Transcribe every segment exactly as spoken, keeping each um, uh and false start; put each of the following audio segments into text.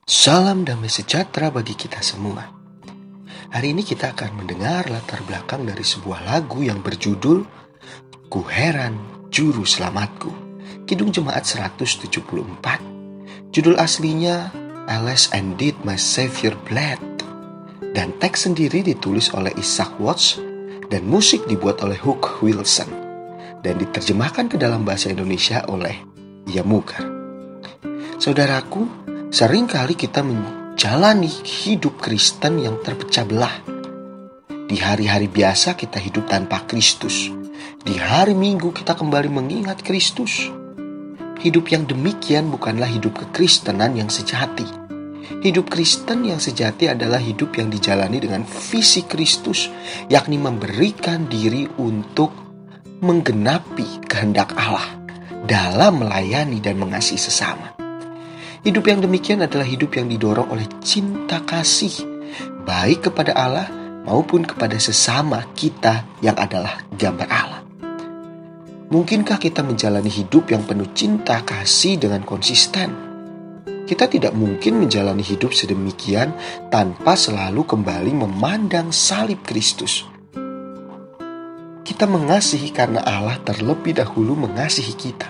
Salam damai sejahtera bagi kita semua. Hari ini kita akan mendengar latar belakang dari sebuah lagu yang berjudul Ku Heran Juru Selamatku, Kidung Jemaat seratus tujuh puluh empat. Judul aslinya Alas and Did My Savior Bled, dan teks sendiri ditulis oleh Isaac Watts dan musik dibuat oleh Hugh Wilson dan diterjemahkan ke dalam bahasa Indonesia oleh Ia Mugar. Saudaraku, sering kali kita menjalani hidup Kristen yang terpecah belah. Di hari-hari biasa kita hidup tanpa Kristus. Di hari Minggu kita kembali mengingat Kristus. Hidup yang demikian bukanlah hidup kekristenan yang sejati. Hidup Kristen yang sejati adalah hidup yang dijalani dengan visi Kristus, yakni memberikan diri untuk menggenapi kehendak Allah dalam melayani dan mengasihi sesama. Hidup yang demikian adalah hidup yang didorong oleh cinta kasih, baik kepada Allah maupun kepada sesama kita yang adalah gambar Allah. Mungkinkah kita menjalani hidup yang penuh cinta kasih dengan konsisten? Kita tidak mungkin menjalani hidup sedemikian tanpa selalu kembali memandang salib Kristus. Kita mengasihi karena Allah terlebih dahulu mengasihi kita.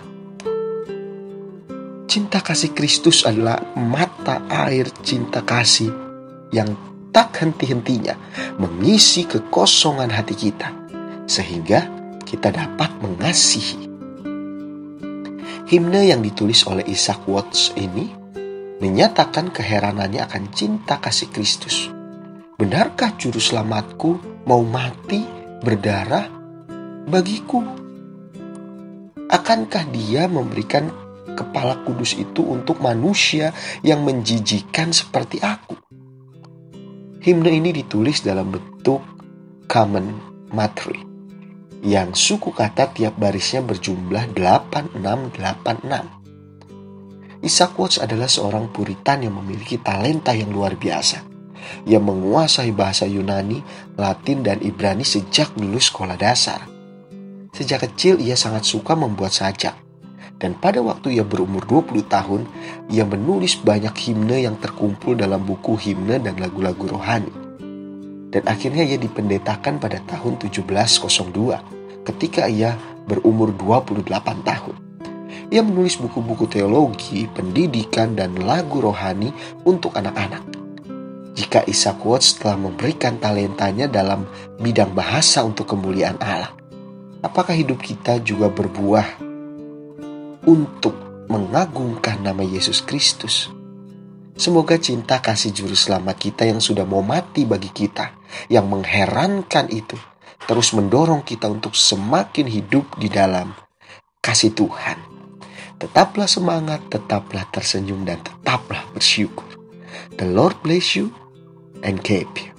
Cinta kasih Kristus adalah mata air cinta kasih yang tak henti-hentinya mengisi kekosongan hati kita, sehingga kita dapat mengasihi. Himne yang ditulis oleh Isaac Watts ini menyatakan keheranannya akan cinta kasih Kristus. Benarkah juru selamatku mau mati berdarah bagiku? Akankah dia memberikan kepala kudus itu untuk manusia yang menjijikan seperti aku? Himne ini ditulis dalam bentuk common matri, yang suku kata tiap barisnya berjumlah delapan enam delapan enam. Isaac Watts adalah seorang Puritan yang memiliki talenta yang luar biasa. Ia menguasai bahasa Yunani, Latin, dan Ibrani sejak dulu sekolah dasar. Sejak kecil ia sangat suka membuat sajak. Dan pada waktu ia berumur dua puluh tahun, ia menulis banyak himne yang terkumpul dalam buku himne dan lagu-lagu rohani. Dan akhirnya ia dipendetakan pada tahun tujuh belas nol dua, ketika ia berumur dua puluh delapan tahun. Ia menulis buku-buku teologi, pendidikan, dan lagu rohani untuk anak-anak. Jika Isaac Watts telah memberikan talentanya dalam bidang bahasa untuk kemuliaan Allah, apakah hidup kita juga berbuah untuk mengagungkan nama Yesus Kristus? Semoga cinta kasih juru selamat kita yang sudah mau mati bagi kita, yang mengherankan itu, terus mendorong kita untuk semakin hidup di dalam kasih Tuhan. Tetaplah semangat, tetaplah tersenyum, dan tetaplah bersyukur. The Lord bless you and keep you.